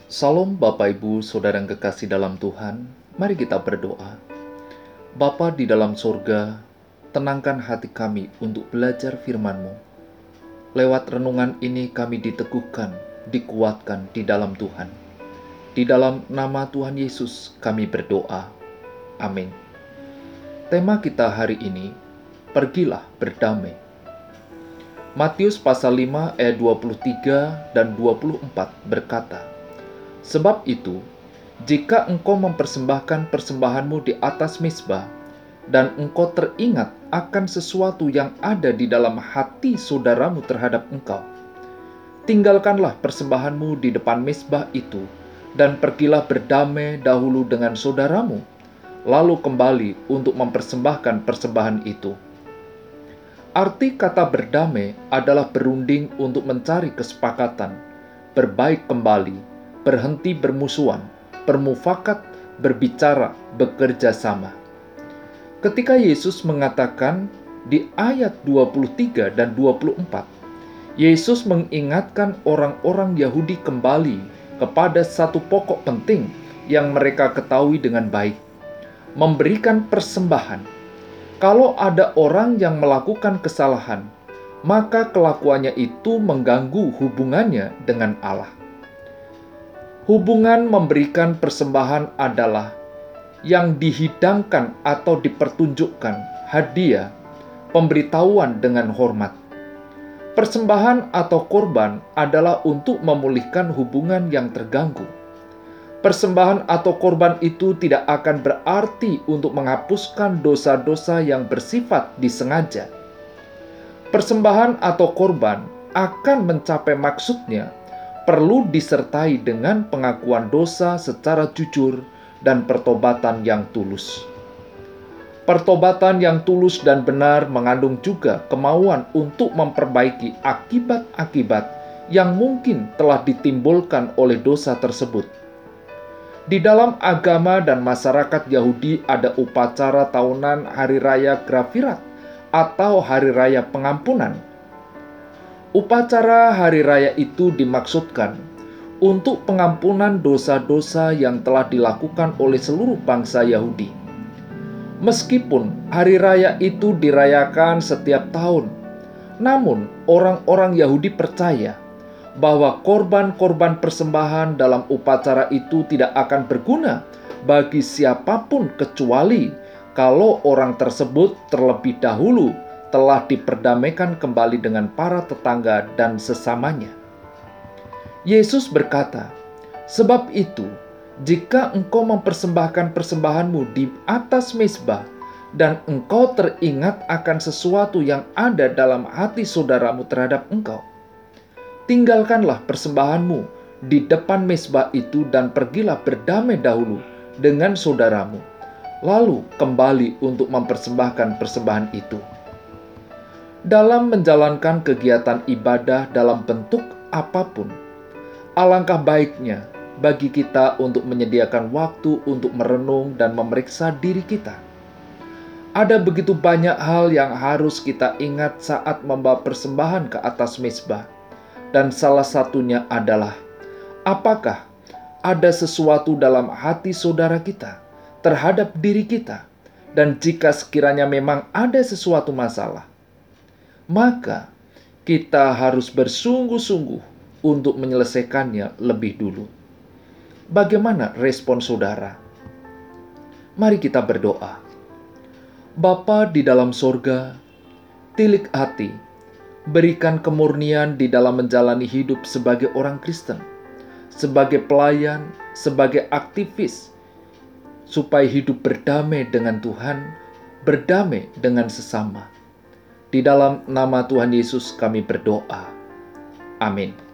Salam Bapak Ibu Saudara yang kekasih dalam Tuhan, mari kita berdoa. Bapa di dalam sorga, tenangkan hati kami untuk belajar firman-Mu. Lewat renungan ini kami diteguhkan, dikuatkan di dalam Tuhan. Di dalam nama Tuhan Yesus kami berdoa. Amin. Tema kita hari ini, pergilah berdamai. Matius pasal 5 ayat 23 dan 24 berkata, "Sebab itu, jika engkau mempersembahkan persembahanmu di atas mezbah, dan engkau teringat akan sesuatu yang ada di dalam hati saudaramu terhadap engkau, tinggalkanlah persembahanmu di depan mezbah itu, dan pergilah berdamai dahulu dengan saudaramu, lalu kembali untuk mempersembahkan persembahan itu." Arti kata berdamai adalah berunding untuk mencari kesepakatan, berbaik kembali, berhenti bermusuhan, bermufakat, berbicara, bekerja sama. Ketika Yesus mengatakan di ayat 23 dan 24, Yesus mengingatkan orang-orang Yahudi kembali kepada satu pokok penting yang mereka ketahui dengan baik, memberikan persembahan. Kalau ada orang yang melakukan kesalahan, maka kelakuannya itu mengganggu hubungannya dengan Allah. Hubungan memberikan persembahan adalah yang dihidangkan atau dipertunjukkan hadiah, pemberitahuan dengan hormat. Persembahan atau korban adalah untuk memulihkan hubungan yang terganggu. Persembahan atau korban itu tidak akan berarti untuk menghapuskan dosa-dosa yang bersifat disengaja. Persembahan atau korban akan mencapai maksudnya perlu disertai dengan pengakuan dosa secara jujur dan pertobatan yang tulus. Pertobatan yang tulus dan benar mengandung juga kemauan untuk memperbaiki akibat-akibat yang mungkin telah ditimbulkan oleh dosa tersebut. Di dalam agama dan masyarakat Yahudi ada upacara tahunan Hari Raya Grafirat atau Hari Raya Pengampunan. Upacara Hari Raya itu dimaksudkan untuk pengampunan dosa-dosa yang telah dilakukan oleh seluruh bangsa Yahudi. Meskipun Hari Raya itu dirayakan setiap tahun, namun orang-orang Yahudi percaya bahwa korban-korban persembahan dalam upacara itu tidak akan berguna bagi siapapun kecuali kalau orang tersebut terlebih dahulu telah diperdamaikan kembali dengan para tetangga dan sesamanya. Yesus berkata, "Sebab itu, jika engkau mempersembahkan persembahanmu di atas mezbah, dan engkau teringat akan sesuatu yang ada dalam hati saudaramu terhadap engkau, tinggalkanlah persembahanmu di depan mezbah itu dan pergilah berdamai dahulu dengan saudaramu, lalu kembali untuk mempersembahkan persembahan itu." Dalam menjalankan kegiatan ibadah dalam bentuk apapun, alangkah baiknya bagi kita untuk menyediakan waktu untuk merenung dan memeriksa diri kita. Ada begitu banyak hal yang harus kita ingat saat membawa persembahan ke atas mezbah. Dan salah satunya adalah, apakah ada sesuatu dalam hati saudara kita terhadap diri kita? Dan jika sekiranya memang ada sesuatu masalah, maka kita harus bersungguh-sungguh untuk menyelesaikannya lebih dulu. Bagaimana respon saudara? Mari kita berdoa. Bapa di dalam sorga, tilik hati, berikan kemurnian di dalam menjalani hidup sebagai orang Kristen, sebagai pelayan, sebagai aktivis, supaya hidup berdamai dengan Tuhan, berdamai dengan sesama. Di dalam nama Tuhan Yesus kami berdoa. Amin.